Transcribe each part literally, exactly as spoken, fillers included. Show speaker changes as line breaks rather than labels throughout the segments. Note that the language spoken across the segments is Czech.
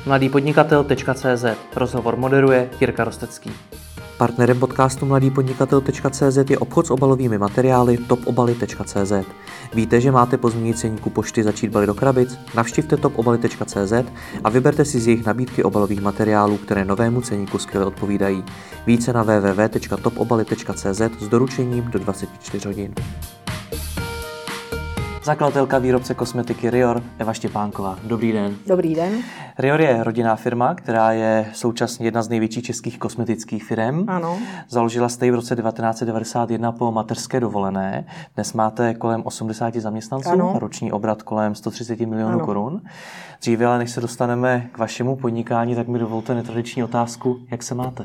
mladý podnikatel tečka cé zet. Rozhovor moderuje Jirka Rostecký. Partnerem podcastu mladý podnikatel tečka cé zet je obchod s obalovými materiály top obaly tečka cé zet. Víte, že máte po změně ceníku pošty začít balit do krabic? Navštivte top obaly tečka cé zet a vyberte si z jejich nabídky obalových materiálů, které novému ceníku skvěle odpovídají. Více na w w w tečka top obaly tečka cé zet s doručením do dvacet čtyři hodin. Zakladatelka výrobce kosmetiky Rior, Eva Štěpánková. Dobrý den.
Dobrý den.
Rior je rodinná firma, která je současně jedna z největších českých kosmetických firem.
Ano.
Založila jste ji v roce devatenáct set devadesát jedna po mateřské dovolené. Dnes máte kolem osmdesát zaměstnanců, ano. Roční obrat kolem sto třicet milionů ano. korun. Dříve, ale než se dostaneme k vašemu podnikání, tak mi dovolte netradiční otázku, jak se máte?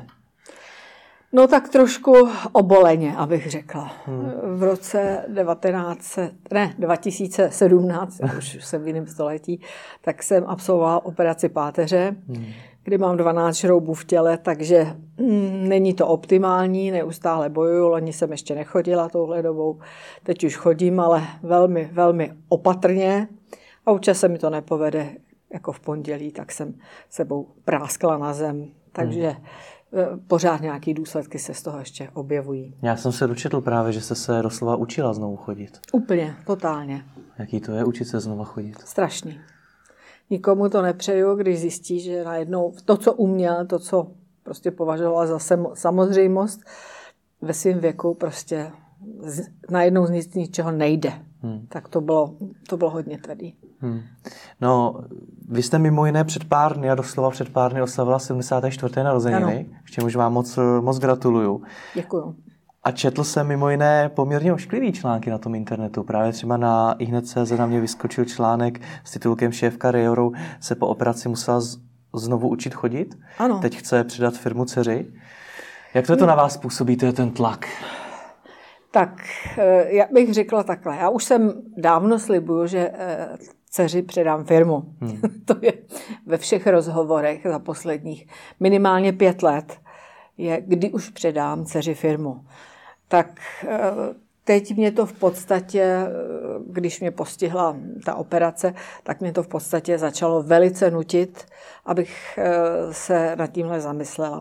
No tak trošku oboleně, abych řekla. Hmm. V roce devatenáct set, ne, dva tisíce sedmnáct, už jsem v jiném století, tak jsem absolvovala operaci páteře, hmm. kdy mám dvanáct šroubů v těle, takže mm, není to optimální, neustále bojuju, loni jsem ještě nechodila touhle dobou, teď už chodím, ale velmi, velmi opatrně a občas se mi to nepovede, jako v pondělí, tak jsem sebou práskla na zem, takže hmm. pořád nějaké důsledky se z toho ještě objevují.
Já jsem se dočetl právě, že jste se doslova učila znovu chodit.
Úplně, totálně.
Jaký to je učit se znovu chodit?
Strašný. Nikomu to nepřeju, když zjistí, že najednou to, co uměl, to, co prostě považovala za samozřejmost, ve svém věku prostě najednou z nic ničeho nejde. Hmm. Tak to bylo, to bylo hodně tvrdý. Hmm.
No, vy jste mimo jiné před pár dny, a doslova před pár dny oslavila sedmdesáté čtvrté narozeniny, k čemuž vám moc, moc gratuluju.
Děkuju.
A četl jsem mimo jiné poměrně ošklivý články na tom internetu. Právě třeba na ihned tečka cé zet na mě vyskočil článek s titulkem Šéfka Rioru se po operaci musela z, znovu učit chodit.
Ano.
Teď chce předat firmu dceři. Jak to, to na vás působí, to je ten tlak?
Tak, já bych řekla takhle. Já už jsem dávno slibuju, že dceři předám firmu. Hmm. To je ve všech rozhovorech za posledních minimálně pět let, je, kdy už předám dceři firmu. Tak teď mě to v podstatě, když mě postihla ta operace, tak mě to v podstatě začalo velice nutit, abych se nad tímhle zamyslela.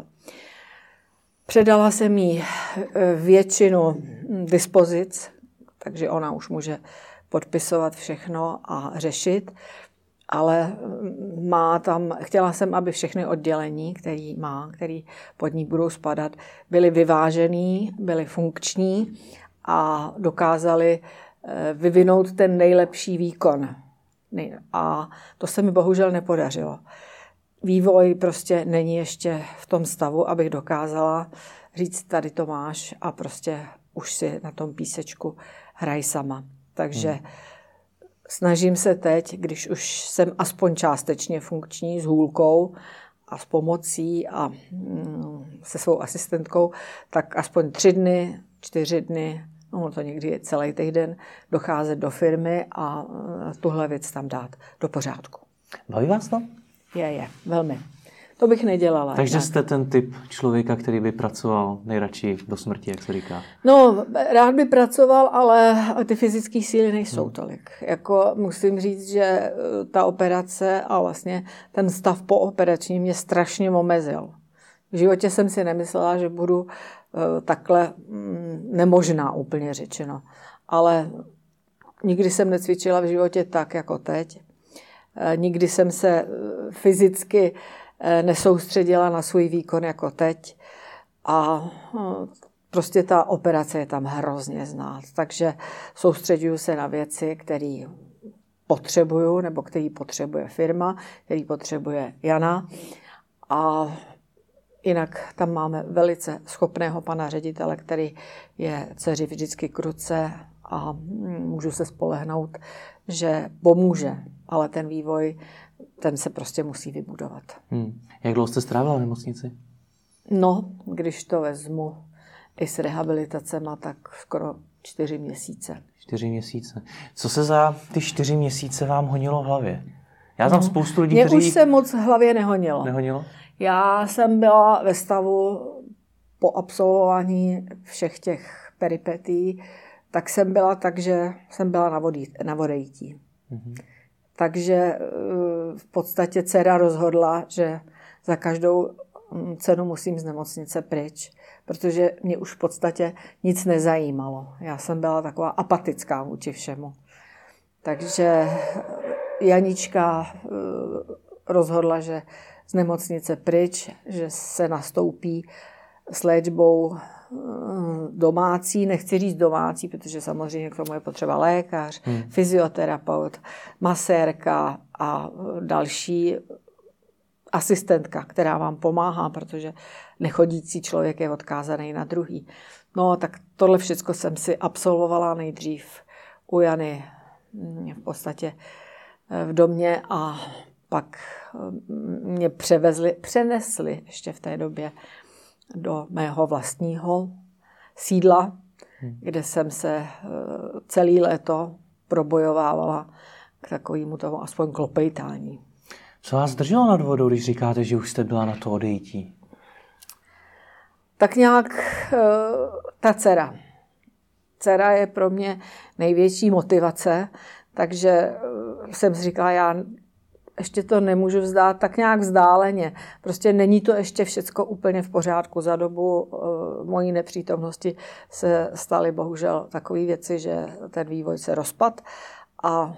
Předala jsem jí většinu dispozic, takže ona už může podpisovat všechno a řešit, ale má tam, chtěla jsem, aby všechny oddělení, který má, který pod ní budou spadat, byly vyvážený, byly funkční a dokázali vyvinout ten nejlepší výkon. A to se mi bohužel nepodařilo. Vývoj prostě není ještě v tom stavu, abych dokázala říct, tady to máš a prostě už si na tom písečku hraj sama. Takže hmm. snažím se teď, když už jsem aspoň částečně funkční s hůlkou a s pomocí a mm, se svou asistentkou, tak aspoň tři dny, čtyři dny, no to někdy je celý týden, docházet do firmy a tuhle věc tam dát do pořádku.
Baví vás to?
Je, je, velmi. To bych nedělala.
Takže
ne?
Jste ten typ člověka, který by pracoval nejradši do smrti, jak se říká?
No, rád by pracoval, ale ty fyzické síly nejsou hmm. tolik. Jako musím říct, že ta operace a vlastně ten stav pooperační mě strašně omezil. V životě jsem si nemyslela, že budu uh, takhle mm, nemožná, úplně řečeno. Ale nikdy jsem necvičila v životě tak, jako teď. Nikdy jsem se fyzicky nesoustředila na svůj výkon jako teď a prostě ta operace je tam hrozně znát. Takže soustředuju se na věci, které potřebuju nebo které potřebuje firma, který potřebuje Jana a jinak tam máme velice schopného pana ředitele, který je dceři vždycky k ruce a můžu se spolehnout, že pomůže, ale ten vývoj, ten se prostě musí vybudovat.
Hmm. Jak dlouho jste strávila v nemocnici?
No, když to vezmu i s rehabilitacema, tak skoro čtyři měsíce.
Čtyři měsíce. Co se za ty čtyři měsíce vám honilo v hlavě? Já znám no, spoustu lidí,
mě
kteří...
Mě už se moc v hlavě nehonilo.
Nehonilo?
Já jsem byla ve stavu po absolvování všech těch peripetí, tak jsem byla tak, že jsem byla na, vodí, na vodejítí. Mm-hmm. Takže v podstatě dcera rozhodla, že za každou cenu musím z nemocnice pryč, protože mě už v podstatě nic nezajímalo. Já jsem byla taková apatická vůči všemu. Takže Janička rozhodla, že z nemocnice pryč, že se nastoupí s léčbou domácí, nechci říct domácí, protože samozřejmě k tomu je potřeba lékař, hmm. fyzioterapeut, masérka a další asistentka, která vám pomáhá, protože nechodící člověk je odkázaný na druhý. No tak tohle všechno jsem si absolvovala nejdřív u Jany v podstatě v domě a pak mě převezli, přenesli ještě v té době do mého vlastního sídla, hmm. kde jsem se celý léto probojovávala k takovému tomu aspoň klopejtání.
Co vás drželo nad vodou, když říkáte, že už jste byla na to odejítí?
Tak nějak ta dcera. Dcera je pro mě největší motivace, takže jsem si říkala, já ještě to nemůžu vzdát tak nějak vzdáleně. Prostě není to ještě všecko úplně v pořádku. Za dobu uh, mojí nepřítomnosti se staly bohužel takové věci, že ten vývoj se rozpad. A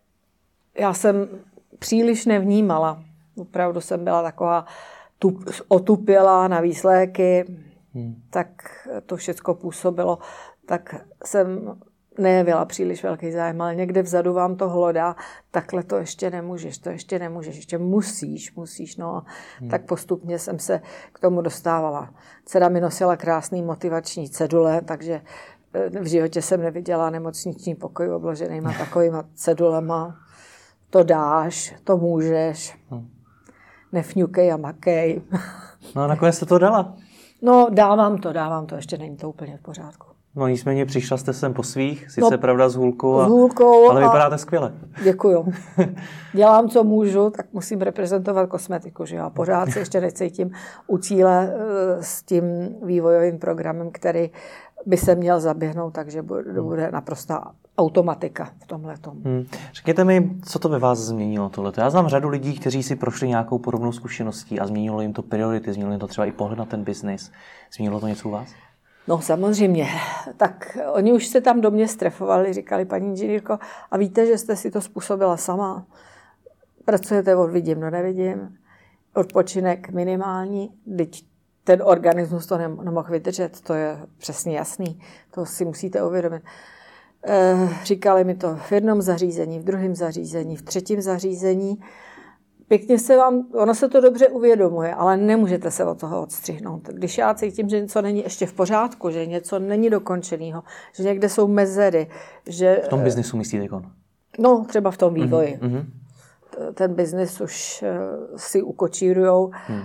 já jsem příliš nevnímala. Opravdu jsem byla taková tup, otupělá na výsléky, hmm. tak to všecko působilo. Tak jsem nejevila příliš velký zájem, ale někde vzadu vám to hlodá, takhle to ještě nemůžeš, to ještě nemůžeš, ještě musíš, musíš, no. Hmm. Tak postupně jsem se k tomu dostávala. Dcera mi nosila krásný motivační cedule, takže v životě jsem neviděla nemocniční pokoj obloženýma takovýma cedulema. To dáš, to můžeš, hmm. nefňukej a makej.
No a nakonec jste to dala?
No dávám to, dávám to, ještě není to úplně v pořádku.
No nicméně přišla jste sem po svých, sice no, pravda s hůlkou, a,
s hůlkou
ale vypadáte skvěle.
Děkuju. Dělám, co můžu, tak musím reprezentovat kosmetiku, že já pořád se ještě necítím u cíle s tím vývojovým programem, který by se měl zaběhnout, takže bude naprostá automatika v tomhletom.
Hmm. Řekněte mi, co to ve vás změnilo tohleto? Já znám řadu lidí, kteří si prošli nějakou podobnou zkušeností a změnilo jim to priority, změnilo jim to třeba i pohled na ten biznis. Změnilo to něco u vás?
No samozřejmě. Tak oni už se tam do mě strefovali, říkali, paní inženýrko, a víte, že jste si to způsobila sama? Pracujete od vidím do nevidím, odpočinek minimální, teď ten organismus to nemohl vydržet, to je přesně jasný, to si musíte uvědomit. E, říkali mi to v jednom zařízení, v druhém zařízení, v třetím zařízení. Pěkně se vám, ono se to dobře uvědomuje, ale nemůžete se od toho odstřihnout. Když já cítím, že něco není ještě v pořádku, že něco není dokončeného, že někde jsou mezery, že...
V tom biznisu myslíte kon?
No, třeba v tom vývoji.
Mm-hmm.
Ten biznis už si ukočírujou mm.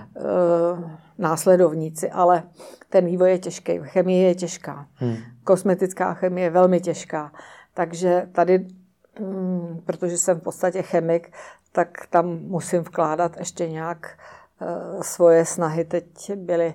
následovníci, ale ten vývoj je těžký, chemie je těžká, mm. kosmetická chemie je velmi těžká. Takže tady, protože jsem v podstatě chemik, tak tam musím vkládat ještě nějak svoje snahy. Teď byli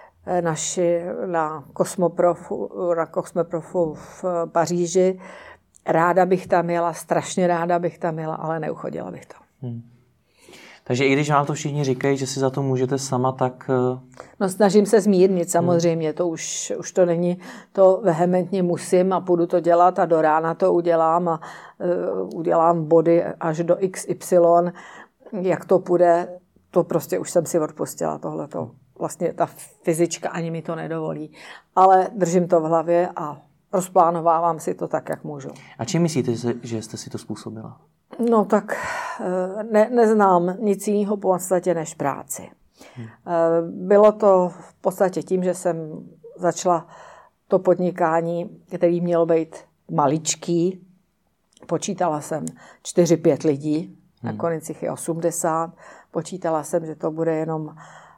naši na Kosmoprofu, na Kosmoprofu v Paříži. Ráda bych tam jela, strašně ráda bych tam jela, ale neuchodila bych to. Hmm.
Takže i když vám to všichni říkají, že si za to můžete sama, tak...
No snažím se zmírnit samozřejmě, hmm. to už, už to není, to vehementně musím a půjdu to dělat a do rána to udělám a uh, udělám body až do iks ypsilon, jak to půjde, to prostě už jsem si odpustila tohleto. Vlastně ta fyzička ani mi to nedovolí, ale držím to v hlavě a rozplánovávám si to tak, jak můžu.
A čím myslíte, že jste si to způsobila?
No tak ne, neznám nic jiného v podstatě než práci. Hmm. Bylo to v podstatě tím, že jsem začala to podnikání, který mělo být maličký. Počítala jsem čtyři pět lidí, hmm. nakonec jich je osmdesát. Počítala jsem, že to bude jenom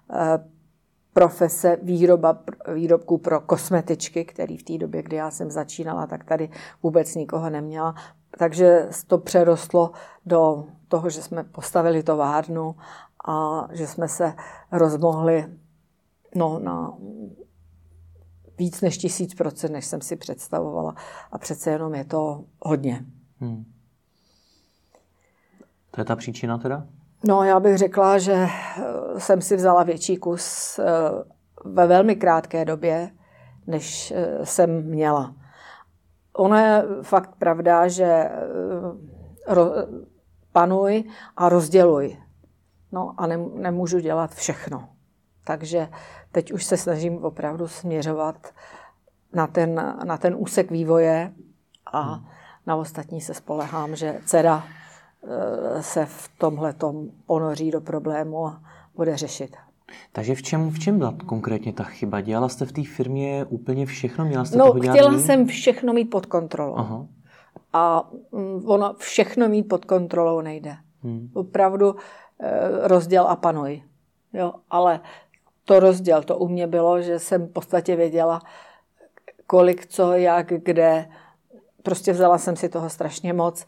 profese výroba výrobků pro kosmetičky, který v té době, kdy já jsem začínala, tak tady vůbec nikoho neměla. Takže to přerostlo do toho, že jsme postavili továrnu a že jsme se rozmohli no, na víc než tisíc procent, než jsem si představovala. A přece jenom je to hodně. Hmm.
To je ta příčina teda?
No, já bych řekla, že jsem si vzala větší kus ve velmi krátké době, než jsem měla. Ono je fakt pravda, že ro, panuj a rozděluj. No a ne, nemůžu dělat všechno. Takže teď už se snažím opravdu směřovat na ten, na ten úsek vývoje a hmm. na ostatní se spolehám, že dcera se v tomhletom ponoří do problému a bude řešit.
Takže v čem, v čem byla konkrétně ta chyba? Dělala jste v té firmě úplně všechno? Měla jste
no,
toho dělat
chtěla
mít?
jsem všechno mít pod kontrolou.
Aha.
A ono všechno mít pod kontrolou nejde. Hmm. Opravdu eh, rozděl a panuj. Jo, ale to rozděl, to u mě bylo, že jsem v podstatě věděla, kolik, co, jak, kde. Prostě vzala jsem si toho strašně moc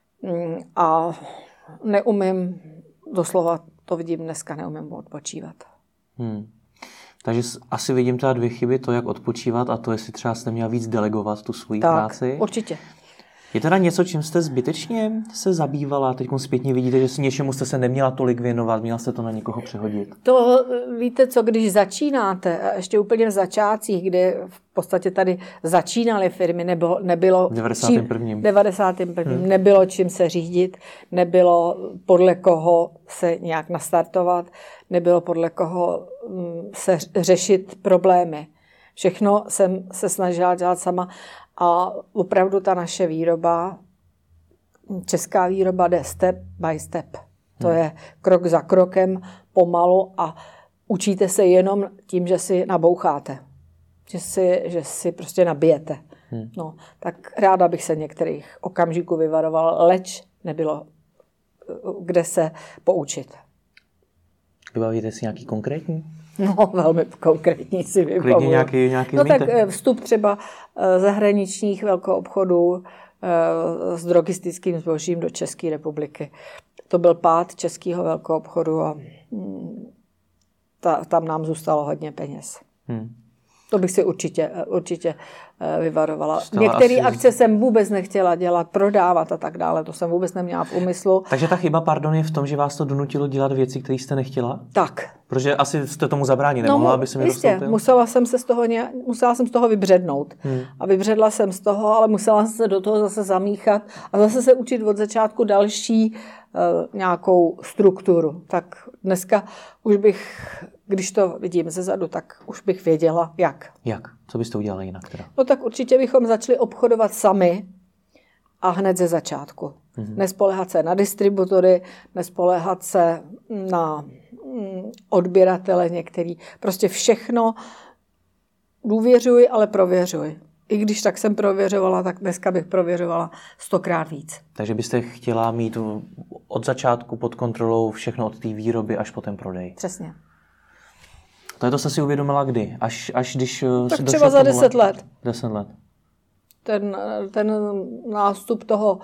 a neumím, doslova to vidím dneska, neumím odpočívat.
Hmm. Takže asi vidím teda dvě chyby, to jak odpočívat a to, jestli třeba jste měla víc delegovat tu svoji
tak,
práci.
určitě.
Je teda něco, čím jste zbytečně se zabývala? Teď zpětně vidíte, že si něčemu jste se neměla tolik věnovat, měla jste to na někoho přehodit.
To víte co, když začínáte, a ještě úplně v začátcích, kdy v podstatě tady začínaly firmy, nebylo, nebylo
devadesátém prvním
Čím, devadesátém prvním
Hmm.
nebylo čím se řídit, nebylo podle koho se nějak nastartovat, nebylo podle koho se řešit problémy. Všechno jsem se snažila dělat sama. A opravdu ta naše výroba, česká výroba jde step by step. To hmm. je krok za krokem, pomalu a učíte se jenom tím, že si naboucháte. Že si, že si prostě nabijete. Hmm. No, tak ráda bych se některých okamžiků vyvarovala, leč nebylo kde se poučit.
Vybavíte si nějaký konkrétní?
No, velmi konkrétní si vybavuju.
Klidně nějaký, nějaký
No
zmíte.
tak vstup třeba zahraničních velkoobchodů s drogistickým zbožím do České republiky. To byl pád českého velkoobchodu a ta, tam nám zůstalo hodně peněz. Hmm. To bych si určitě, určitě vyvarovala. Některé asi... akce jsem vůbec nechtěla dělat, prodávat a tak dále. To jsem vůbec neměla v úmyslu.
Takže ta chyba, pardon, je v tom, že vás to donutilo dělat věci, které jste nechtěla?
Tak.
Protože asi jste tomu zabránit nemohla,
no,
aby se mi
jistě, musela jsem se z toho nějak, musela jsem z toho vybřednout. Hmm. A vybředla jsem z toho, ale musela jsem se do toho zase zamíchat a zase se učit od začátku další uh, nějakou strukturu. Tak dneska už bych, když to vidím zezadu, tak už bych věděla, jak.
Jak? Co byste udělali jinak teda?
No tak určitě bychom začali obchodovat sami a hned ze začátku. Mm-hmm. Nespoléhat se na distributory, nespoléhat se na odběratele některý. Prostě všechno důvěřuj, ale prověřuj. I když tak jsem prověřovala, tak dneska bych prověřovala stokrát víc.
Takže byste chtěla mít od začátku pod kontrolou všechno od té výroby až po ten prodej.
Přesně.
To je to jste si uvědomila kdy? Až, až když...
Tak třeba za deset let.
Deset let.
Ten, ten nástup toho,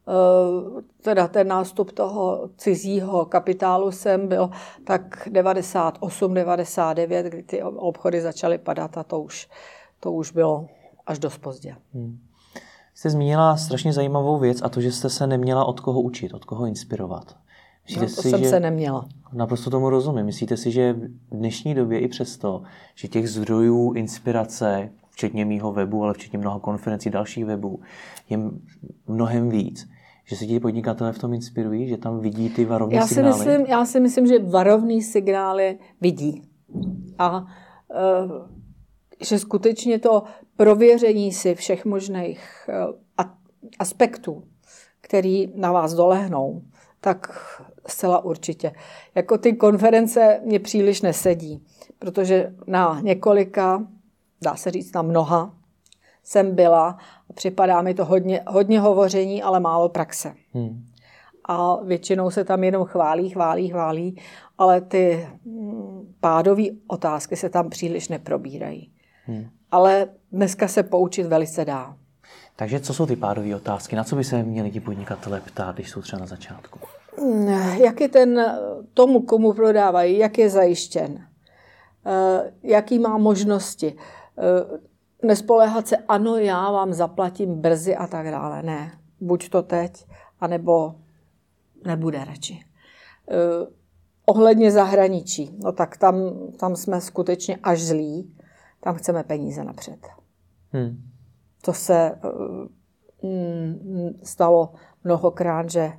teda ten nástup toho cizího kapitálu sem byl tak devadesát osm, devadesát devět, kdy ty obchody začaly padat a to už, to už bylo až dost pozdě. Hmm.
Jste zmínila strašně zajímavou věc a to, že jste se neměla od koho učit, od koho inspirovat.
No, to si, jsem že... se neměla.
Naprosto tomu rozumím. Myslíte si, že v dnešní době i přesto, že těch zdrojů inspirace, včetně mýho webu, ale včetně mnoha konferencí dalších webů, je mnohem víc, že se ti podnikatelé v tom inspirují, že tam vidí ty varovné
já si
signály?
Myslím, já si myslím, že varovné signály vidí. A e, že skutečně to prověření si všech možných e, aspektů, který na vás dolehnou, tak zcela určitě. Jako ty konference mě příliš nesedí, protože na několika, dá se říct na mnoha, jsem byla a připadá mi to hodně, hodně hovoření, ale málo praxe. Hmm. A většinou se tam jenom chválí, chválí, chválí, ale ty pádové otázky se tam příliš neprobírají. Hmm. Ale dneska se poučit velice dá.
Takže co jsou ty pádové otázky? Na co by se měli ti podnikatelé ptát, když jsou třeba na začátku?
Jak je ten tomu, komu prodávají, jak je zajištěn? Jaký má možnosti? Nespoléhat se, ano, já vám zaplatím brzy a tak dále. Ne, buď to teď, anebo nebude radši. Uh, ohledně zahraničí, no tak tam, tam jsme skutečně až zlí, tam chceme peníze napřed. Hmm. To se uh, mm, stalo mnohokrát, že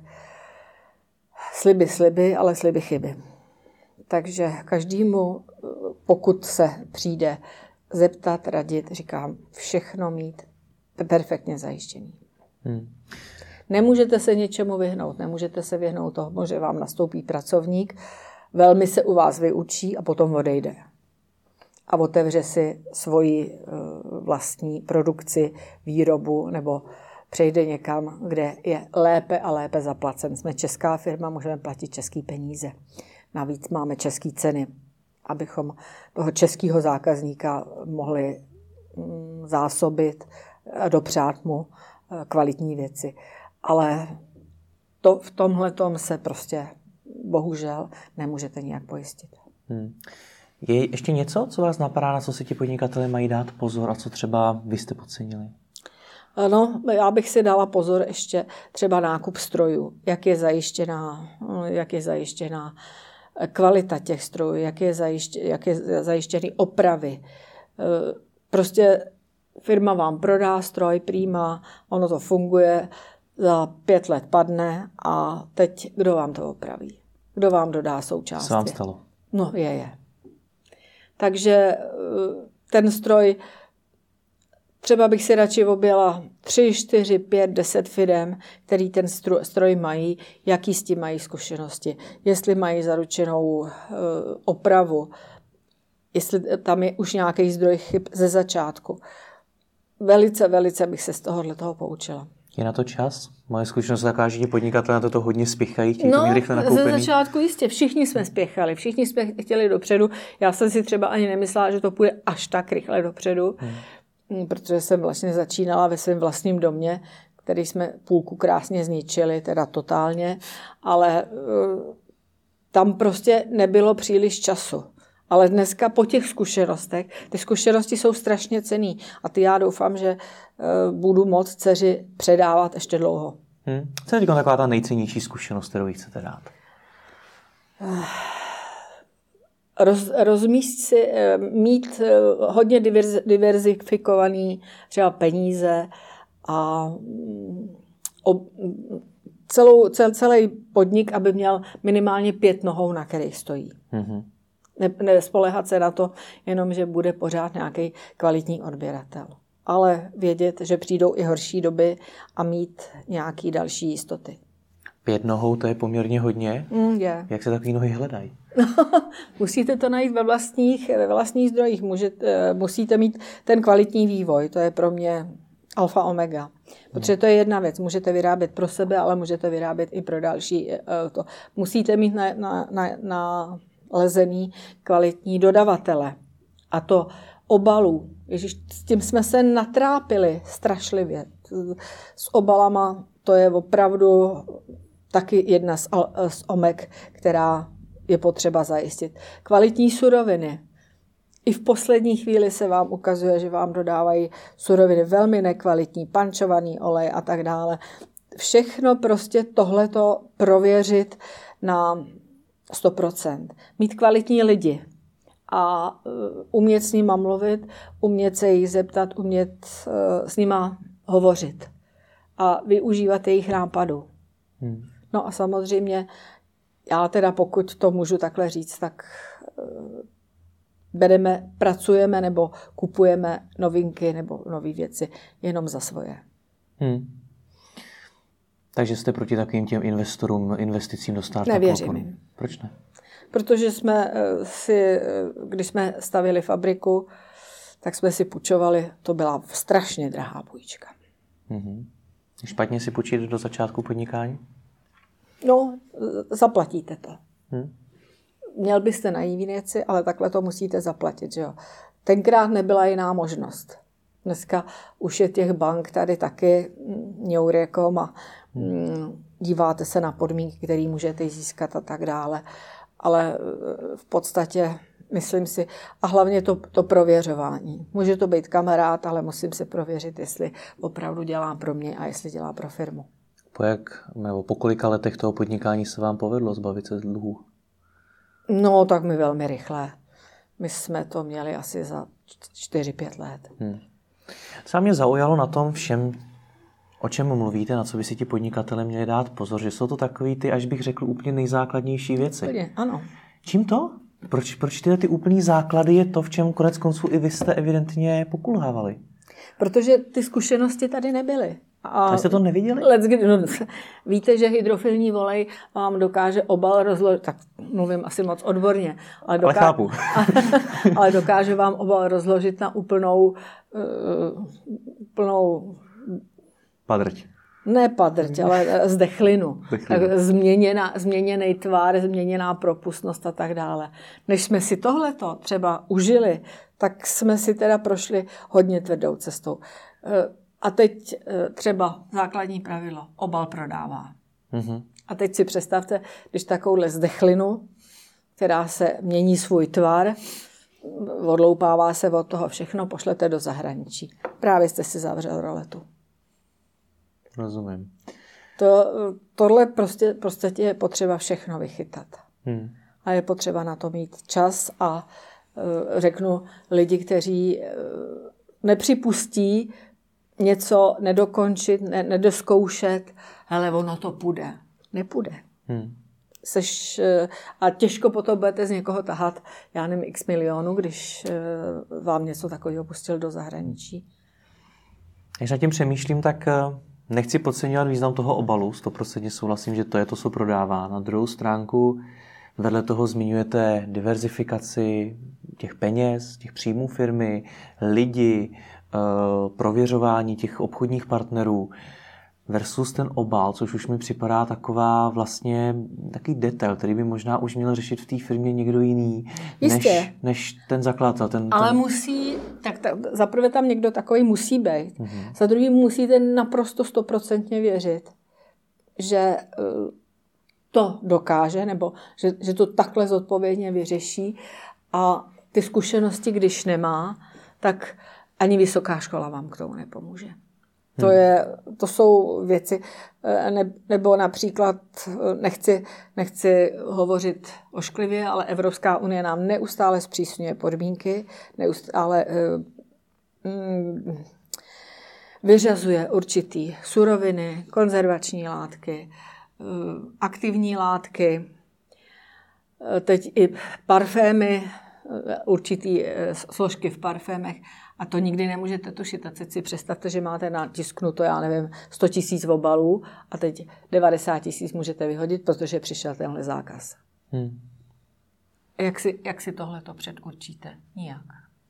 sliby, sliby, ale sliby chyby. Takže každému, pokud se přijde zeptat, radit, říkám, všechno mít perfektně zajištěný. Hmm. Nemůžete se něčemu vyhnout, nemůžete se vyhnout tomu, že vám nastoupí pracovník, velmi se u vás vyučí a potom odejde. A otevře si svoji vlastní produkci, výrobu nebo přejde někam, kde je lépe a lépe zaplacen. Jsme česká firma, můžeme platit český peníze. Navíc máme české ceny, abychom toho českého zákazníka mohli zásobit a dopřát mu kvalitní věci. Ale to, v tomhletom se prostě bohužel nemůžete nijak pojistit. Hmm.
Je ještě něco, co vás napadá, na co si ti podnikatelé mají dát pozor a co třeba vy jste podcenili?
No, já bych si dala pozor ještě třeba nákup strojů, jak je zajištěná, jak je zajištěná kvalita těch strojů, jak je, zajištěný, jak je zajištěný opravy. Prostě firma vám prodá stroj, prima, ono to funguje, za pět let padne a teď kdo vám to opraví? Kdo vám dodá součástky?
Co vám stalo?
No, je, je. Takže ten stroj, třeba bych si radši objela tři, čtyři, pět, deset firem, který ten stroj mají, jaký s tím mají zkušenosti, jestli mají zaručenou opravu, jestli tam je už nějaký zdroj chyb ze začátku. Velice, velice bych se z tohohle toho poučila.
Je na to čas? Moje zkušenost taká, že podnikatelé na toto hodně spěchají, chtějí to mít rychle nakoupený.
Ze začátku jistě, všichni jsme spěchali, všichni jsme chtěli dopředu. Já jsem si třeba ani nemyslela, že to půjde až tak rychle dopředu, hmm. protože jsem vlastně začínala ve svém vlastním domě, který jsme půlku krásně zničili, teda totálně, ale uh, tam prostě nebylo příliš času. Ale dneska po těch zkušenostech, ty zkušenosti jsou strašně cenný a ty já doufám, že uh, budu moct dceři předávat ještě dlouho.
Hmm. Co je taková ta nejcennější zkušenost, kterou vy chcete dát?
Roz, rozmíst si, mít hodně diverz, diverzifikovaný třeba peníze a o, celou, cel, celý podnik, aby měl minimálně pět nohou, na kterých stojí. Mm-hmm. Ne, nespoléhat se na to, jenom že bude pořád nějaký kvalitní odběratel. Ale vědět, že přijdou i horší doby a mít nějaké další jistoty.
Pět nohou, to je poměrně hodně.
Mm, yeah.
Jak se takové nohy hledají?
Musíte to najít ve vlastních, ve vlastních zdrojích. Můžete, musíte mít ten kvalitní vývoj. To je pro mě alfa omega. Protože to je jedna věc. Můžete vyrábět pro sebe, ale můžete vyrábět i pro další. To. Musíte mít na, na, na, na lezený kvalitní dodavatele. A to obalů. Ježiš, s tím jsme se natrápili strašlivě. S obalama to je opravdu taky jedna z, z omek, která je potřeba zajistit. Kvalitní suroviny. I v poslední chvíli se vám ukazuje, že vám dodávají suroviny velmi nekvalitní, pančovaný olej a tak dále. Všechno prostě tohleto prověřit na sto procent. Mít kvalitní lidi a umět s nima mluvit, umět se jich zeptat, umět s nima hovořit a využívat jejich nápadů. Hmm. No a samozřejmě, já teda pokud to můžu takhle říct, tak bereme, pracujeme nebo kupujeme novinky nebo nové věci jenom za svoje. Hmm.
Takže jste proti takovým těm investorům, investicím do startupu?
Nevěřím.
Proč ne?
Protože jsme si, když jsme stavili fabriku, tak jsme si půjčovali, to byla strašně drahá půjčka.
Mm-hmm. Špatně si půjčit do začátku podnikání?
No, zaplatíte to.
Hmm.
Měl byste najít věci, ale takhle to musíte zaplatit, že jo. Tenkrát nebyla jiná možnost. Dneska už je těch bank tady taky něurekom a hmm. díváte se na podmínky, které můžete získat a tak dále. Ale v podstatě, myslím si, a hlavně to, to prověřování. Může to být kamarád, ale musím si prověřit, jestli opravdu dělá pro mě a jestli dělá pro firmu.
Po jak, nebo po kolika letech toho podnikání se vám povedlo zbavit se dluhů?
No, tak mi velmi rychle. My jsme to měli asi za čtyři pět let. Hmm.
Co mě zaujalo na tom všem, o čem mluvíte, na co by si ti podnikatelé měli dát pozor, že jsou to takový ty, až bych řekl, úplně nejzákladnější věci.
Úplně, ano.
Čím to? Proč, proč tyhle ty úplný základy je to, v čem konec konců i vy jste evidentně pokulhávali?
Protože ty zkušenosti tady nebyly.
A, a jste to neviděli?
Let's get, no, víte, že hydrofilní volej vám dokáže obal rozložit, tak mluvím asi moc odborně, ale, doká-
ale chápu.
ale dokáže vám obal rozložit na úplnou uh, úplnou
padrť.
Ne padrť, ale zdechlinu. Změněná, změněný tvar, změněná propustnost a tak dále. Než jsme si tohleto třeba užili, tak jsme si teda prošli hodně tvrdou cestou. A teď třeba základní pravidlo. Obal prodává. Mm-hmm. A teď si představte, když takovouhle zdechlinu, která se mění svůj tvar, odloupává se od toho všechno, pošlete do zahraničí. Právě jste si zavřel roletu.
Rozumím.
To, tohle prostě, prostě je potřeba všechno vychytat. Hmm. A je potřeba na to mít čas a řeknu lidi, kteří nepřipustí něco nedokončit, ne, nedoskoušet, hele, ono to půjde. Nepůjde. Hmm. Seš, a těžko potom budete z někoho tahat, já nevím, x milionů, když vám něco takového pustil do zahraničí.
Když nad tím přemýšlím, tak nechci podceňovat význam toho obalu, sto procent souhlasím, že to je to, co prodává. Na druhou stránku vedle toho zmiňujete diverzifikaci těch peněz, těch příjmů firmy, lidi, prověřování těch obchodních partnerů versus ten obal, což už mi připadá taková vlastně takový detail, který by možná už měl řešit v té firmě někdo jiný, než, než ten zakladatel. Ten,
Ale
ten...
musí, tak ta, zaprvé tam někdo takový musí být. Mm-hmm. Za druhý musíte naprosto stoprocentně věřit, že to dokáže, nebo že, že to takhle zodpovědně vyřeší a ty zkušenosti, když nemá, tak ani vysoká škola vám k tomu nepomůže. To, je, to jsou věci, ne, nebo například, nechci, nechci hovořit ošklivě, ale Evropská unie nám neustále zpřísňuje podmínky, neustále mm, vyřazuje určitý suroviny, konzervační látky, aktivní látky, teď i parfémy, určitý složky v parfémech a to nikdy nemůžete tušit. A teď si představte, že máte natisknuto, já nevím, sto tisíc obalů a teď devadesát tisíc můžete vyhodit, protože přišel tenhle zákaz. Hmm. Jak si, jak si tohleto předurčíte? Nijak.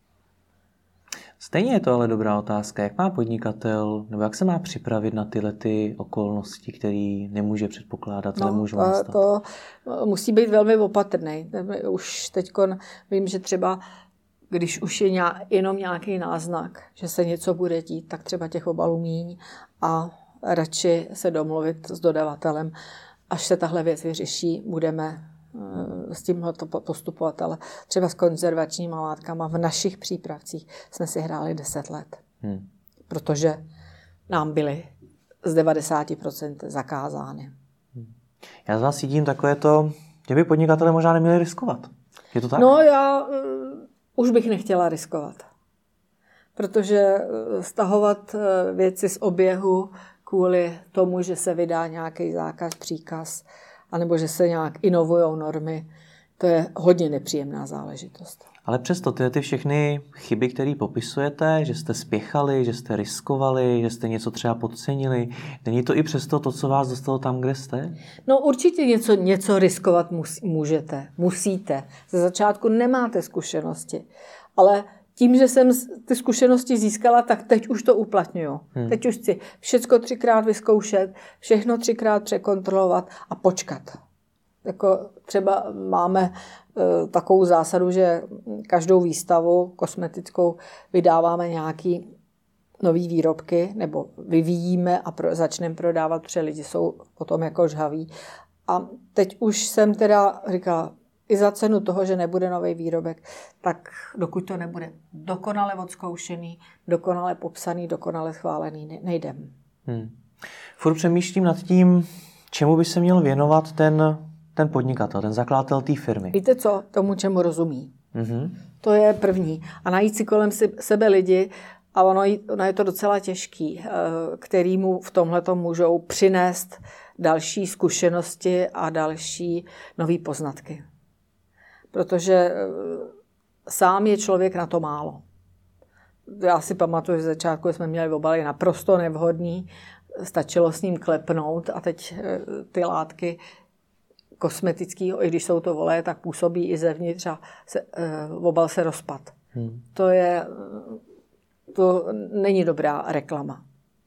Stejně je to ale dobrá otázka. Jak má podnikatel, nebo jak se má připravit na tyhle ty okolnosti, které nemůže předpokládat,
no,
ale můžou nastat?
To musí být velmi opatrný. Už teď vím, že třeba, když už je jenom nějaký náznak, že se něco bude dít, tak třeba těch obalů míň a radši se domluvit s dodavatelem, až se tahle věc vyřeší, budeme s tímhle postupovat, ale třeba s konzervačníma látkama v našich přípravcích jsme si hráli deset let. Hmm. Protože nám byly z devadesát procent zakázány.
Hmm. Já z vás cítím takové to, že by podnikatelé možná neměli riskovat. Je to tak?
No já uh, už bych nechtěla riskovat. Protože uh, stahovat uh, věci z oběhu kvůli tomu, že se vydá nějaký zákaz, příkaz, anebo že se nějak inovujou normy, to je hodně nepříjemná záležitost.
Ale přesto ty, ty všechny chyby, které popisujete, že jste spěchali, že jste riskovali, že jste něco třeba podcenili, není to i přesto to, co vás dostalo tam, kde jste?
No určitě něco, něco riskovat musí, můžete, musíte. Ze začátku nemáte zkušenosti, ale tím, že jsem ty zkušenosti získala, tak teď už to uplatňuju. Hmm. Teď už chci všecko třikrát vyzkoušet, všechno třikrát překontrolovat a počkat. Jako třeba máme e, takovou zásadu, že každou výstavu kosmetickou vydáváme nějaký nový výrobky, nebo vyvíjíme a pro, začneme prodávat, protože lidi jsou potom jako žhaví. A teď už jsem teda říkala, i za cenu toho, že nebude nový výrobek, tak dokud to nebude dokonale odzkoušený, dokonale popsaný, dokonale schválený, nejdem. Hmm.
Furt přemýšlím nad tím, čemu by se měl věnovat ten, ten podnikatel, ten zakladatel té firmy.
Víte co? Tomu, čemu rozumí.
Mm-hmm.
To je první. A najít si kolem sebe lidi, a ono, ono je to docela těžký, který mu v tomhletom můžou přinést další zkušenosti a další nové poznatky. Protože sám je člověk na to málo. Já si pamatuju, že v začátku jsme měli obaly naprosto nevhodný, stačilo s ním klepnout a teď ty látky kosmetického, i když jsou to voleje, tak působí i zevnitř a se, obal se rozpad. Hmm. To je, to není dobrá reklama.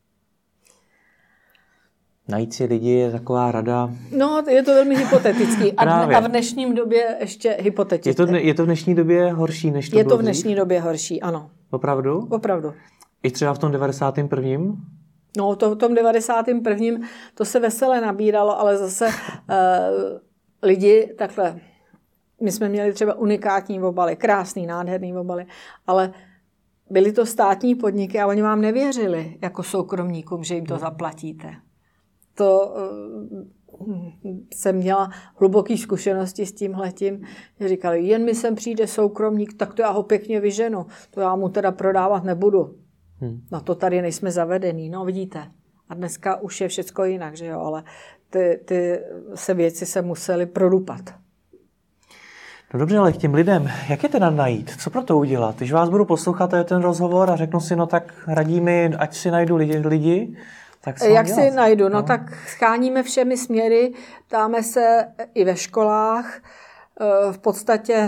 Najít si lidi je taková rada.
No, je to velmi hypotetický. A, a v dnešním době ještě hypotetické.
Je to, je to v dnešní době horší, než to
Je
bylo
to v dnešní dřív? době horší, ano.
Opravdu?
Opravdu.
I třeba v tom devadesátém prvním?
No, to, v tom devadesátém prvním to se veselé nabíralo, ale zase uh, lidi takhle, my jsme měli třeba unikátní obaly, krásný, nádherný obaly, ale byly to státní podniky a oni vám nevěřili jako soukromníkům, že jim to zaplatíte. To uh, jsem měla hluboké zkušenosti s tímhletím. Říkali, jen mi sem přijde soukromník, tak to já ho pěkně vyženu. To já mu teda prodávat nebudu. Hmm. Na to tady nejsme zavedení. No vidíte. A dneska už je všecko jinak, že jo? Ale ty, ty se věci se musely produpat.
No dobře, ale k těm lidem, jak je teda najít? Co pro to udělat? Když vás budu poslouchat, to je ten rozhovor a řeknu si, no tak radí mi, ať si najdu lidi, lidi tak
jak
dělat?
si najdu? No, no tak scháníme všemi směry, ptáme se i ve školách. V podstatě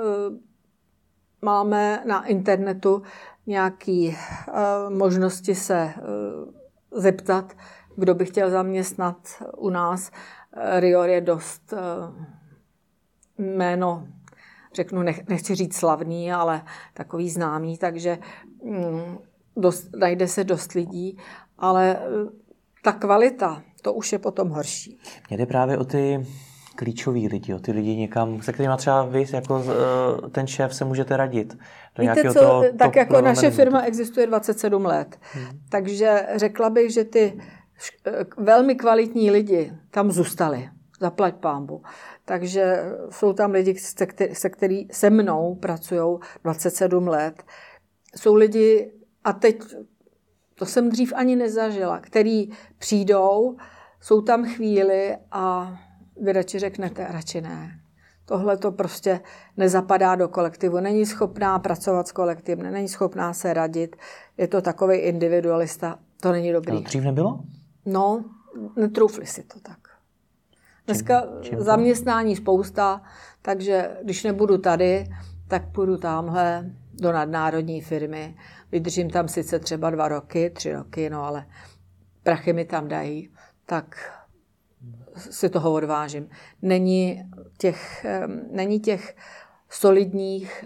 máme na internetu nějaké možnosti se zeptat, kdo by chtěl zaměstnat u nás. Rior je dost jméno, řeknu, nechci říct slavný, ale takový známý, takže dost, najde se dost lidí, ale ta kvalita, to už je potom horší.
Mně jde právě o ty klíčový lidi, o ty lidi někam, se kterými třeba vy, jako ten šéf, se můžete radit.
Víte co, toho, tak jako naše firma existuje dvacet sedm let, hmm. takže řekla bych, že ty velmi kvalitní lidi tam zůstali, zaplať pánbu. Takže jsou tam lidi, se, který, se který se mnou pracují dvacet sedm let. Jsou lidi, a teď to jsem dřív ani nezažila, který přijdou, jsou tam chvíli a vy radši řeknete, radši ne. Tohle to prostě nezapadá do kolektivu. Není schopná pracovat s kolektivem, není schopná se radit. Je to takovej individualista. To není dobrý.
To dřív nebylo?
No, netroufli si to tak. Dneska čím, čím zaměstnání spousta, takže když nebudu tady, tak půjdu tamhle do nadnárodní firmy. Vydržím tam sice třeba dva roky, tři roky, no ale prachy mi tam dají, tak si toho odvážím. Není těch, není těch solidních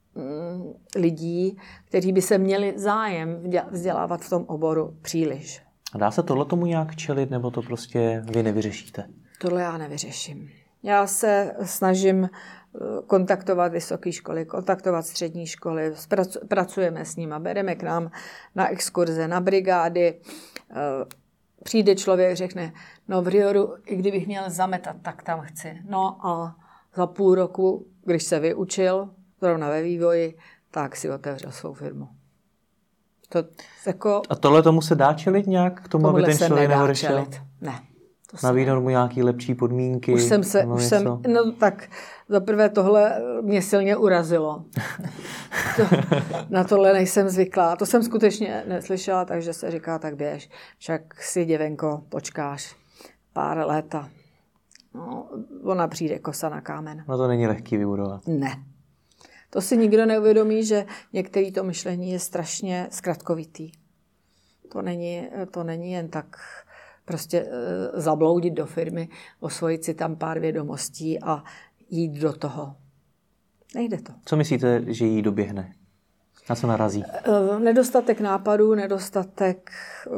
lidí, kteří by se měli zájem vzdělávat v tom oboru příliš.
A dá se tohle tomu nějak čelit, nebo to prostě vy nevyřešíte?
Tohle já nevyřeším. Já se snažím kontaktovat vysoké školy, kontaktovat střední školy, pracujeme s nimi, bereme k nám na exkurze, na brigády. Přijde člověk, řekne, no v Rioru, i kdybych měl zametat, tak tam chci. No a za půl roku, když se vyučil, zrovna ve vývoji, tak si otevřel svou firmu. To, jako,
a tohle tomu se dá čelit nějak k tomu, aby ten člověk neodešel?
Ne.
Nabídnout mu nějaké lepší podmínky?
Už jsem se, už jsem, no tak zaprvé tohle mě silně urazilo. To, na tohle nejsem zvyklá. To jsem skutečně neslyšela, takže se říká, tak běž. Však si, děvenko, počkáš pár let a no, ona přijde kosa na kámen.
No to není lehký vybudovat.
Ne. To si nikdo neuvědomí, že některé to myšlení je strašně zkratkovitý. To není, to není jen tak prostě e, zabloudit do firmy, osvojit si tam pár vědomostí a jít do toho. Nejde to.
Co myslíte, že jí doběhne? Na co narazí?
E, nedostatek nápadů, nedostatek, e,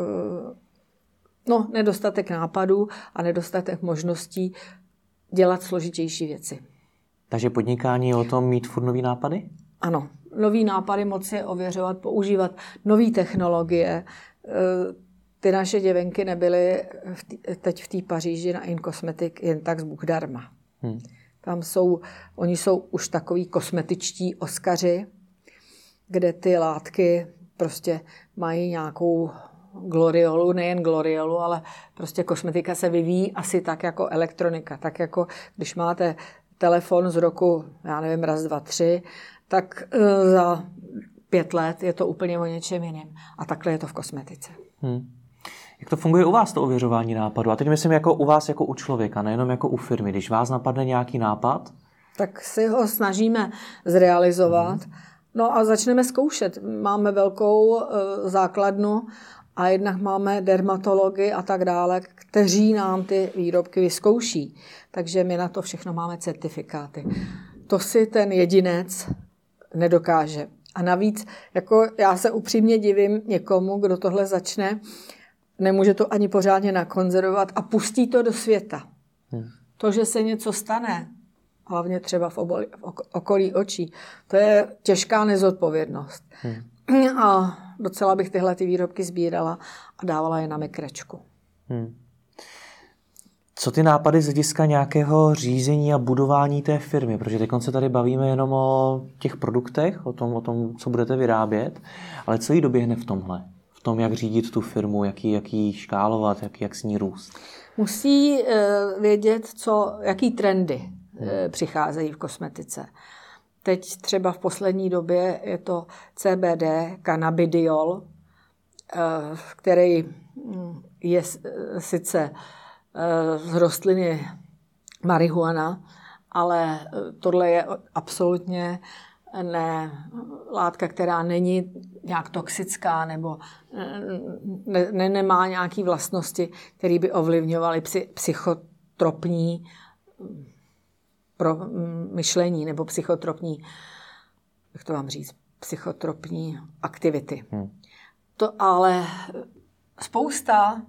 no, nedostatek nápadů a nedostatek možností dělat složitější věci.
Takže podnikání je o tom mít furt nový nápady?
Ano. Nový nápady, moci je ověřovat, používat nové technologie. ty naše děvenky nebyly v tý, teď v té Paříži na In-Cosmetic jen tak z Bůh darma. Hmm. Tam jsou, oni jsou už takový kosmetičtí oskaři, kde ty látky prostě mají nějakou gloriolu, nejen gloriolu, ale prostě kosmetika se vyvíjí asi tak jako elektronika. Tak jako když máte telefon z roku, já nevím, raz, dva, tři, tak za pět let je to úplně o něčem jiným. A takhle je to v kosmetice. Hmm.
Jak to funguje u vás, to ověřování nápadu? A teď myslím jako u vás, jako u člověka, nejenom jako u firmy. Když vás napadne nějaký nápad?
Tak si ho snažíme zrealizovat. Hmm. No a začneme zkoušet. Máme velkou uh, základnu a jednak máme dermatology a tak dále, kteří nám ty výrobky vyzkouší. Takže my na to všechno máme certifikáty. To si ten jedinec nedokáže. A navíc, jako já se upřímně divím někomu, kdo tohle začne, nemůže to ani pořádně nakonzervovat a pustí to do světa. Hmm. To, že se něco stane, hlavně třeba v, oboli, v okolí očí, to je těžká nezodpovědnost. Hmm. A docela bych tyhle ty výrobky sbírala a dávala je na mikrečku. Hmm.
Co ty nápady z hlediska nějakého řízení a budování té firmy? Protože teď se tady bavíme jenom o těch produktech, o tom, o tom, co budete vyrábět, ale co jí doběhne v tomhle? V tom, jak řídit tu firmu, jak ji, jak ji škálovat, jak, jak s ní růst?
Musí uh, vědět, co, jaký trendy uh, přicházejí v kosmetice. Teď třeba v poslední době je to C B D, cannabidiol, uh, který je sice z rostliny marihuana, ale tohle je absolutně ne látka, která není nějak toxická nebo ne, ne, nemá nějaké vlastnosti, které by ovlivňovaly psychotropní pro myšlení nebo psychotropní, jak to vám říct, psychotropní aktivity. Hmm. To ale spousta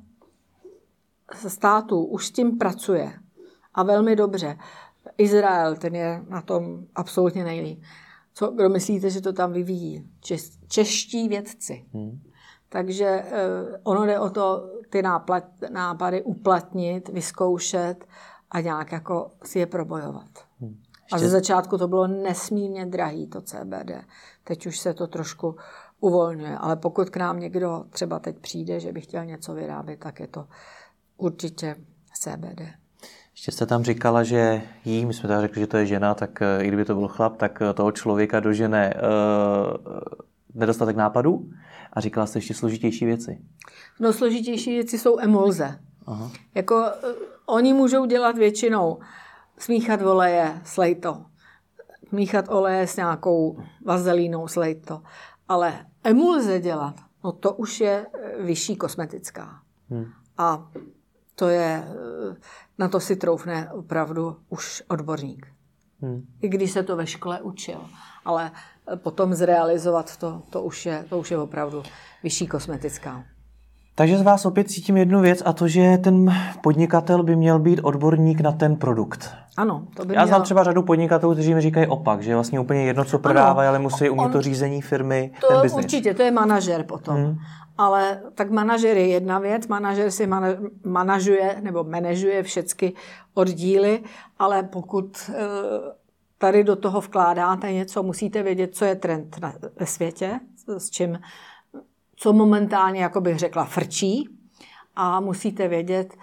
států už s tím pracuje a velmi dobře. Izrael, ten je na tom absolutně nejlíp. Co, kdo myslíte, že to tam vyvíjí? Čes, čeští vědci. Hmm. Takže eh, ono jde o to ty nápad, nápady uplatnit, vyzkoušet a nějak jako si je probojovat. Hmm. A ze začátku to bylo nesmírně drahý, to C B D. Teď už se to trošku uvolňuje, ale pokud k nám někdo třeba teď přijde, že by chtěl něco vyrábět, tak je to určitě C B D.
Ještě jste tam říkala, že jí, my jsme teda řekli, že to je žena, tak i kdyby to byl chlap, tak toho člověka dožene uh, nedostatek nápadů a říkala jste ještě složitější věci.
No složitější věci jsou emulze. Aha. Jako uh, oni můžou dělat většinou smíchat oleje, slej to. Míchat oleje s nějakou vazelínou, slej to. Ale emulze dělat, no to už je vyšší kosmetická. Hmm. A to je, na to si troufne opravdu už odborník. Hmm. I když se to ve škole učil. Ale potom zrealizovat to, to už je, to už je opravdu vyšší kosmetická.
Takže z vás opět cítím jednu věc a to, že ten podnikatel by měl být odborník na ten produkt.
Ano, to by
Já
měl...
znám třeba řadu podnikatelů, kteří mi říkají opak, že je vlastně úplně jedno, co prodávají, ale musí umět
on,
to řízení firmy,
to
ten biznis.
Určitě, to je manažer potom. Hmm. Ale tak manažer je jedna věc, manažer si mana- manažuje nebo manažuje všechny oddíly, ale pokud e, tady do toho vkládáte něco, musíte vědět, co je trend na, ve světě, s čím, co momentálně, jako bych řekla, frčí a musíte vědět, e,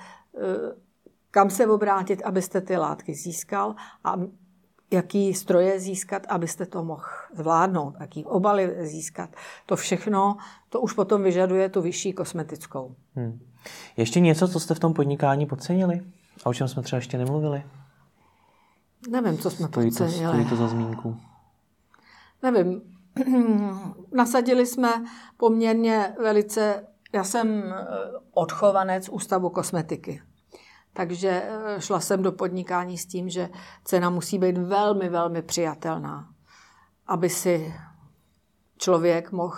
kam se obrátit, abyste ty látky získal a jaký stroje získat, abyste to mohl zvládnout, jaký obaly získat. To všechno, to už potom vyžaduje tu vyšší kosmetickou. Hmm.
Ještě něco, co jste v tom podnikání podcenili? A o čem jsme třeba ještě nemluvili?
Nevím, co jsme
stojí
podcenili.
To, stojí to za zmínku.
Nevím. Nasadili jsme poměrně velice... Já jsem odchovanec Ústavu kosmetiky. Takže šla jsem do podnikání s tím, že cena musí být velmi, velmi přijatelná, aby si člověk mohl,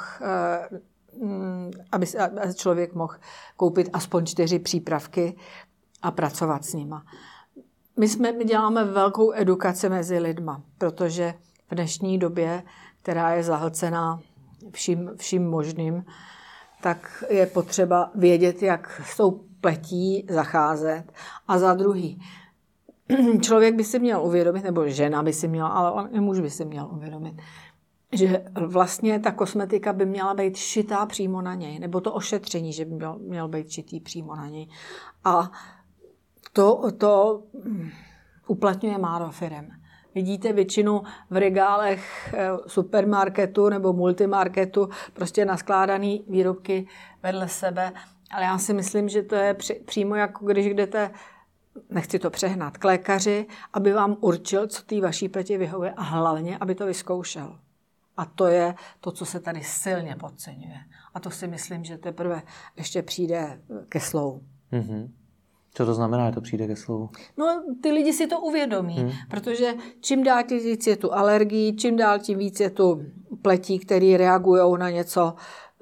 aby si člověk mohl koupit aspoň čtyři přípravky a pracovat s nima. My, jsme, my děláme velkou edukaci mezi lidma, protože v dnešní době, která je zahlcená vším, vším možným, tak je potřeba vědět, jak s tou pletí zacházet. A za druhý, člověk by si měl uvědomit, nebo žena by si měla, ale i muž by si měl uvědomit, že vlastně ta kosmetika by měla být šitá přímo na něj, nebo to ošetření, že by měl, měl být šitý přímo na něj. A to, to uplatňuje málo firem. Vidíte většinu v regálech supermarketu nebo multimarketu prostě naskládané výrobky vedle sebe, ale já si myslím, že to je při, přímo jako když jdete, nechci to přehnat, k lékaři, aby vám určil, co té vaší pleti vyhovuje a hlavně, aby to vyzkoušel. A to je to, co se tady silně podceňuje. A to si myslím, že teprve ještě přijde ke slovu.
Mm-hmm. Co to znamená, že to přijde ke slovu?
No, ty lidi si to uvědomí,
hmm.
protože čím dál tím víc je tu alergii, čím dál tím víc je tu pletí, které reagují na něco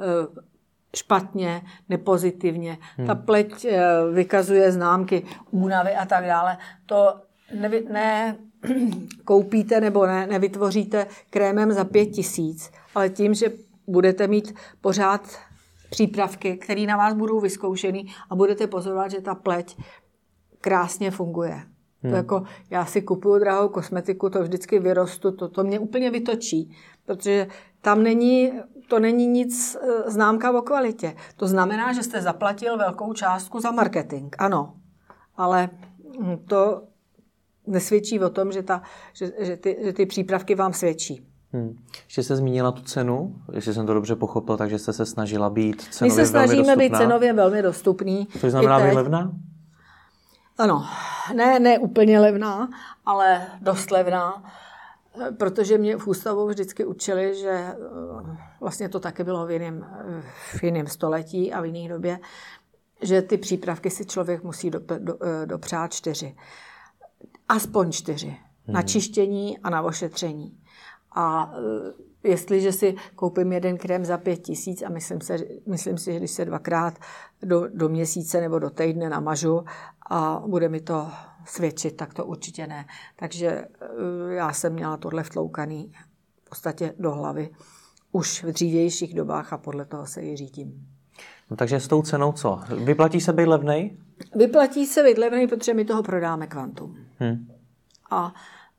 špatně, nepozitivně. Hmm. Ta pleť vykazuje známky únavy a tak dále. To nevy, ne koupíte nebo ne, nevytvoříte krémem za pět tisíc, ale tím, že budete mít pořád přípravky, které na vás budou vyzkoušený a budete pozorovat, že ta pleť krásně funguje. Hmm. To jako, já si kupuju drahou kosmetiku, to vždycky vyrostu, to, to mě úplně vytočí, protože tam není, to není nic známka o kvalitě. To znamená, že jste zaplatil velkou částku za marketing, ano, ale to nesvědčí o tom, že, ta, že, že, ty, že ty přípravky vám svědčí.
Hmm. Ještě jste zmínila tu cenu, jestli jsem to dobře pochopil, takže jste se snažila být cenově
My se snažíme
velmi
být cenově velmi dostupný.
To znamená být levná?
Ano, ne, ne úplně levná, ale dost levná, protože mě v ústavu vždycky učili, že vlastně to taky bylo v jiném, v jiném století a v jiné době, že ty přípravky si člověk musí do, do, dopřát čtyři. Aspoň čtyři. Hmm. Na čištění a na ošetření. A jestliže si koupím jeden krém za pět tisíc a myslím, se, myslím si, že když se dvakrát do, do měsíce nebo do týdne namažu a bude mi to svědčit, tak to určitě ne. Takže já jsem měla tohle vtloukaný v podstatě do hlavy už v dřívějších dobách a podle toho se i řídím.
No, takže s tou cenou co? Vyplatí se být levnej?
Vyplatí se být levnej, protože my toho prodáme kvantum. Hmm. A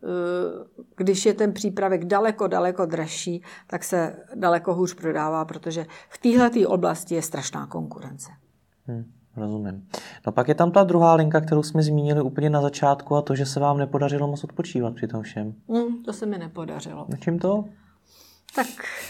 když je ten přípravek daleko, daleko dražší, tak se daleko hůř prodává, protože v téhleté oblasti je strašná konkurence.
Hmm, rozumím. No pak je tam ta druhá linka, kterou jsme zmínili úplně na začátku, a to, že se vám nepodařilo moc odpočívat při tom všem.
Hmm, to se mi nepodařilo.
Na čím to?
Tak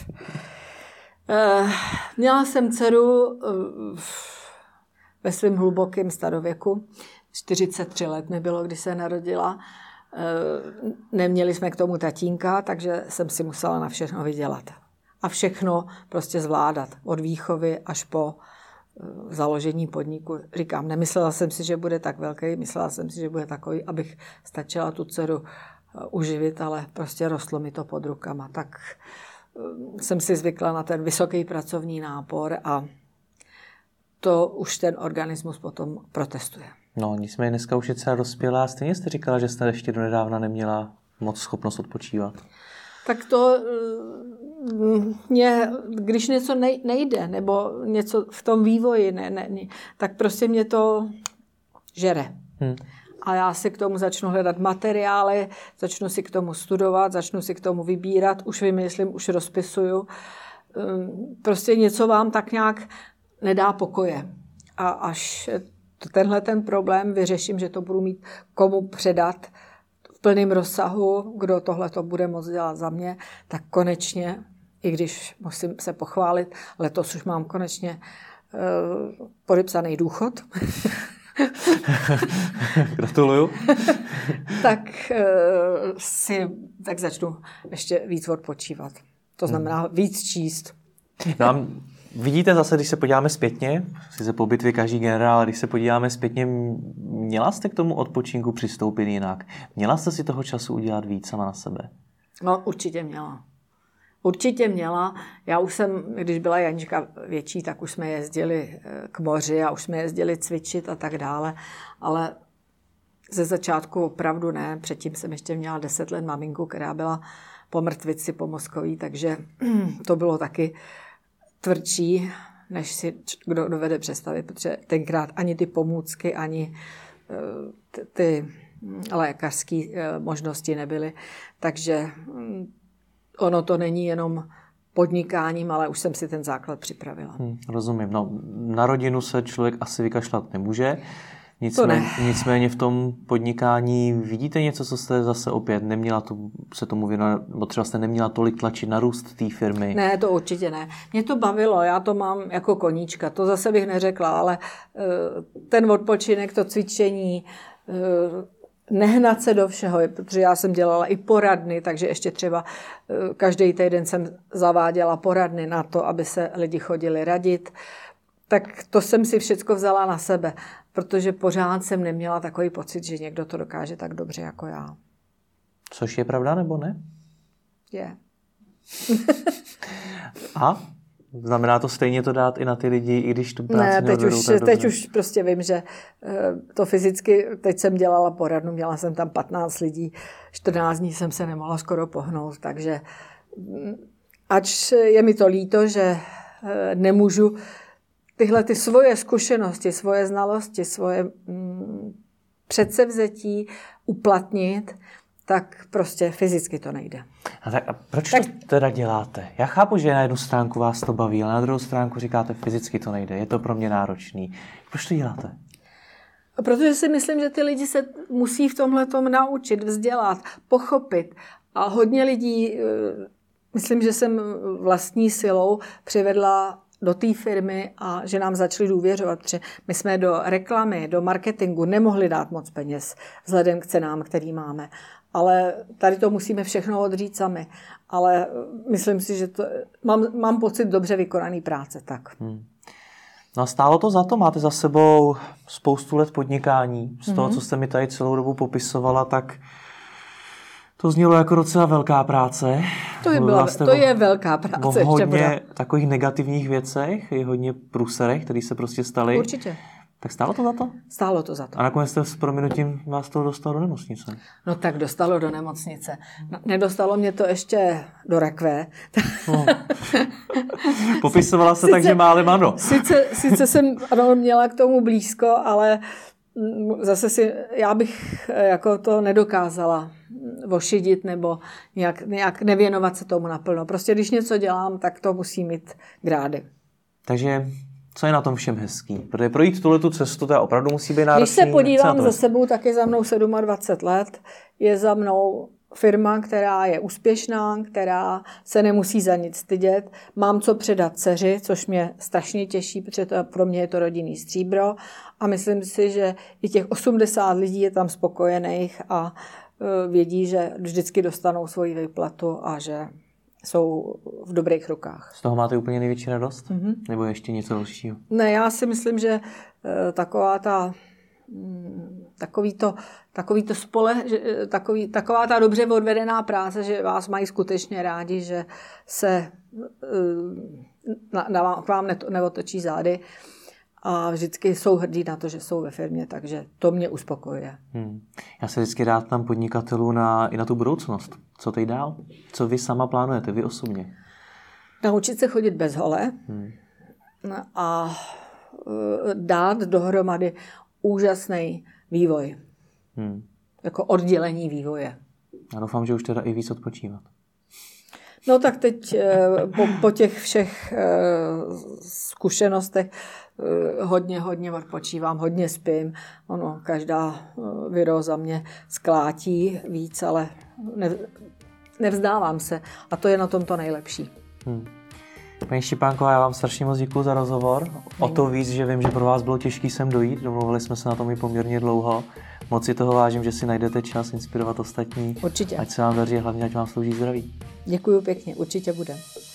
eh, měla jsem dceru eh, ve svém hlubokém starověku. čtyřicet tři let mi bylo, když se narodila. Neměli jsme k tomu tatínka, takže jsem si musela na všechno vydělat. A všechno prostě zvládat. Od výchovy až po založení podniku. Říkám, nemyslela jsem si, že bude tak velký, myslela jsem si, že bude takový, abych stačila tu dceru uživit, ale prostě rostlo mi to pod rukama. Tak jsem si zvykla na ten vysoký pracovní nápor a to už ten organismus potom protestuje.
No, nicméně dneska už je celá dospělá. Stejně jste říkala, že jste ještě donedávna neměla moc schopnost odpočívat.
Tak to mě, když něco nejde, nebo něco v tom vývoji, ne, ne, ne, tak prostě mě to žere. Hmm. A já si k tomu začnu hledat materiály, začnu si k tomu studovat, začnu si k tomu vybírat, už vymyslím, už rozpisuju. Prostě něco vám tak nějak nedá pokoje. A až tenhle ten problém vyřeším, že to budu mít komu předat v plném rozsahu, kdo tohle to bude moct dělat za mě, tak konečně, i když musím se pochválit, letos už mám konečně uh, podepsaný důchod.
Gratuluju.
tak, uh, si, tak začnu ještě víc odpočívat. To znamená víc číst.
No a vidíte zase, když se podíváme zpětně, sice po bitvě každý generál, ale když se podíváme zpětně, měla jste k tomu odpočinku přistoupit jinak? Měla jste si toho času udělat víc sama na sebe?
No, určitě měla. Určitě měla. Já už jsem, když byla Janička větší, tak už jsme jezdili k moři a už jsme jezdili cvičit a tak dále, ale ze začátku opravdu ne. Předtím jsem ještě měla deset let maminku, která byla po mrtvici po mozkový, takže to bylo taky tvrdší. než si kdo dovede představit, protože tenkrát ani ty pomůcky, ani ty, ty lékařské možnosti nebyly. Takže ono to není jenom podnikáním, ale už jsem si ten základ připravila.
Hmm, rozumím. No, na rodinu se člověk asi vykašlat nemůže. Nicméně, ne. nicméně v tom podnikání vidíte něco, co jste zase opět neměla to, se tomu věnovat, nebo třeba jste neměla tolik tlačit na růst té firmy?
Ne, to určitě ne. Mě to bavilo, já to mám jako koníčka, to zase bych neřekla, ale ten odpočinek, to cvičení, nehnat se do všeho, protože já jsem dělala i poradny, takže ještě třeba každý týden jsem zaváděla poradny na to, aby se lidi chodili radit. Tak to jsem si všechno vzala na sebe, protože pořád jsem neměla takový pocit, že někdo to dokáže tak dobře jako já.
Což je pravda, nebo ne?
Je.
A? Znamená to stejně to dát i na ty lidi, i když tu práci
ne, teď
neodvedou
už,
tak dobře?
teď už prostě vím, že to fyzicky, teď jsem dělala poradnu, měla jsem tam patnáct lidí, čtrnáct dní jsem se nemohla skoro pohnout, takže ač je mi to líto, že nemůžu tyhle ty svoje zkušenosti, svoje znalosti, svoje mm, předsevzetí uplatnit, tak prostě fyzicky to nejde.
A, tak, a proč
tak,
to teda děláte? Já chápu, že na jednu stránku vás to baví, ale na druhou stránku říkáte, fyzicky to nejde, je to pro mě náročný. Proč to děláte?
Protože si myslím, že ty lidi se musí v tomhletom naučit, vzdělat, pochopit. A hodně lidí, myslím, že jsem vlastní silou přivedla do té firmy a že nám začali důvěřovat, protože my jsme do reklamy, do marketingu nemohli dát moc peněz vzhledem k cenám, který máme. Ale tady to musíme všechno odříct sami. Ale myslím si, že to, mám, mám pocit dobře vykonaný práce. Tak. Hmm.
No a stálo to za to? Máte za sebou spoustu let podnikání. Z toho, mm-hmm. co jste mi tady celou dobu popisovala, tak to znělo jako docela velká práce.
To je, byla, to je velká práce.
O hodně takových negativních věcech, i hodně průserech, které se prostě staly.
Určitě.
Tak stálo to za to?
Stálo to za to.
A nakonec jste s prominutím vás to dostalo do nemocnice.
No tak dostalo do nemocnice. Nedostalo mě to ještě do rakve.
No. Popisovala se sice, tak, že málem ano.
Sice, sice jsem ano, měla k tomu blízko, ale zase si, já bych jako to nedokázala ošidit nebo nějak, nějak nevěnovat se tomu naplno. Prostě když něco dělám, tak to musí mít grády.
Takže co je na tom všem hezký? Protože projít tuhletu cestu, to opravdu musí být náročný.
Když se podívám za sebou, tak je za mnou dvacet sedm let. Je za mnou firma, která je úspěšná, která se nemusí za nic stydět. Mám co předat dceři, což mě strašně těší, protože to, pro mě je to rodinný stříbro. A myslím si, že i těch osmdesát lidí je tam spokojených a vědí, že vždycky dostanou svoji výplatu a že jsou v dobrých rukách.
Z toho máte úplně největší radost? Mm-hmm. Nebo ještě něco dalšího?
Ne, já si myslím, že taková ta takový to, takový to spole, že, takový, taková ta dobře odvedená práce, že vás mají skutečně rádi, že se na, na, k vám neotočí zády a vždycky jsou hrdí na to, že jsou ve firmě, takže to mě uspokojuje. Hmm.
Já se vždycky rád tam podnikatelů na, i na tu budoucnost. Co teď dál? Co vy sama plánujete, vy osobně?
Naučit se chodit bez hole hmm. a dát dohromady úžasný vývoj. Hmm. Jako oddělení vývoje.
Já doufám, že už teda i víc odpočívat.
No tak teď po, po těch všech zkušenostech hodně, hodně odpočívám, hodně spím. Ono, každá viróza mě sklátí víc, ale ne, nevzdávám se. A to je na tom to nejlepší. Hmm.
Paní Štěpánková, já vám strašně moc děkuju za rozhovor. O to víc, že vím, že pro vás bylo těžké sem dojít. Domluvili jsme se na tom i poměrně dlouho. Moc si toho vážím, že si najdete čas inspirovat ostatní.
Určitě.
Ať se vám daří, hlavně ať vám slouží zdraví.
Děkuju pěkně, určitě bude.